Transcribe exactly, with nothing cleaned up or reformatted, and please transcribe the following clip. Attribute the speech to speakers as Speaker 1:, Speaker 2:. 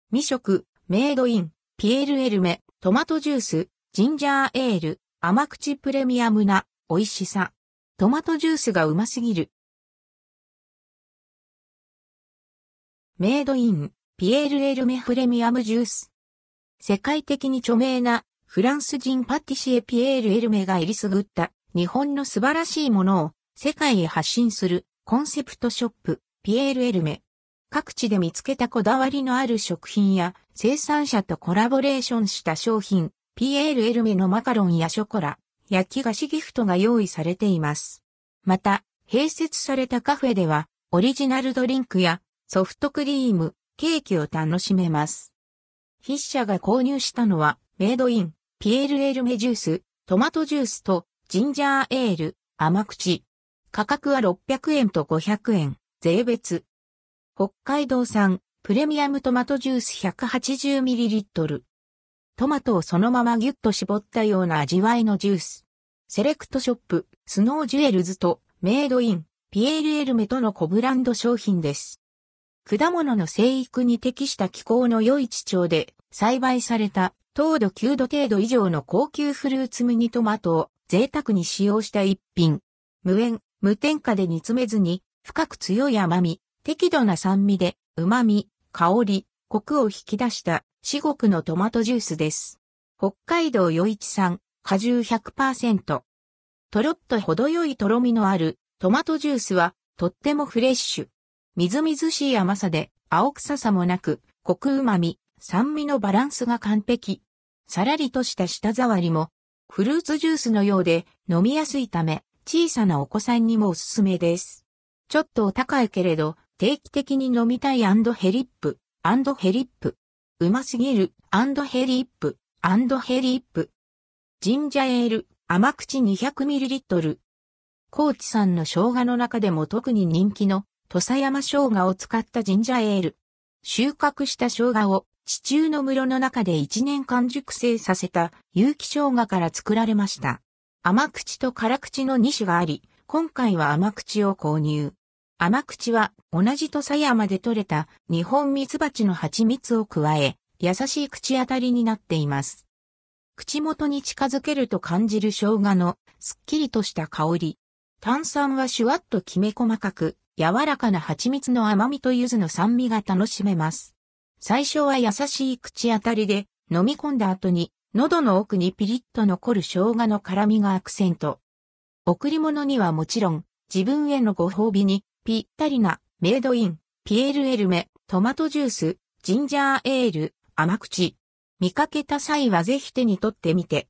Speaker 1: 未食、メイドイン、ピエールエルメ、トマトジュース、ジンジャーエール、甘口プレミアムな、美味しさ。トマトジュースがうますぎる。メイドイン、ピエールエルメプレミアムジュース。世界的に著名なフランス人パティシエピエール・エルメがえりすぐった日本の素晴らしいものを世界へ発信するコンセプトショップピエール・エルメ。各地で見つけたこだわりのある食品や生産者とコラボレーションした商品、ピエール・エルメのマカロンやショコラ、焼き菓子ギフトが用意されています。また、併設されたカフェではオリジナルドリンクやソフトクリーム、ケーキを楽しめます。筆者が購入したのはメイドイン、ピエール・エルメジュース、トマトジュースとジンジャーエール、甘口。価格はろっぴゃくえんとごひゃくえん、税別。北海道産プレミアムトマトジュース ひゃくはちじゅうミリリットル。トマトをそのままギュッと絞ったような味わいのジュース。セレクトショップ、スノージュエルズとメイドイン、ピエール・エルメとのコブランド商品です。果物の生育に適した気候の良い地長で栽培された糖度きゅうど程度以上の高級フルーツミニトマトを贅沢に使用した一品。無塩、無添加で煮詰めずに深く強い甘み、適度な酸味で旨味、香り、コクを引き出した至極のトマトジュースです。北海道余市産果汁 ひゃくパーセント。とろっと程よいとろみのあるトマトジュースはとってもフレッシュ。みずみずしい甘さで青臭さもなく、コク旨味、酸味のバランスが完璧。さらりとした舌触りも、フルーツジュースのようで飲みやすいため、小さなお子さんにもおすすめです。ちょっとお高いけれど、定期的に飲みたい&ヘリップ、&ヘリップ。うますぎる、&ヘリップ、&ヘリップ。ジンジャーエール、甘口 にひゃくミリリットル。高知産の生姜の中でも特に人気の土佐山生姜を使ったジンジャーエール。収穫した生姜を地中の室の中でいちねんかん熟成させた有機生姜から作られました。甘口と辛口のに種があり、今回は甘口を購入。甘口は同じ土佐山で採れたニホンミツバチの蜂蜜を加え、優しい口当たりになっています。口元に近づけると感じる生姜のすっきりとした香り。炭酸はシュワッときめ細かく、柔らかな蜂蜜の甘みと柚子の酸味が楽しめます。最初は優しい口当たりで飲み込んだ後に喉の奥にピリッと残る生姜の辛みがアクセント。贈り物にはもちろん自分へのご褒美にぴったりなメイドイン、ピエール・エルメ、トマトジュース、ジンジャーエール、甘口。見かけた際はぜひ手に取ってみて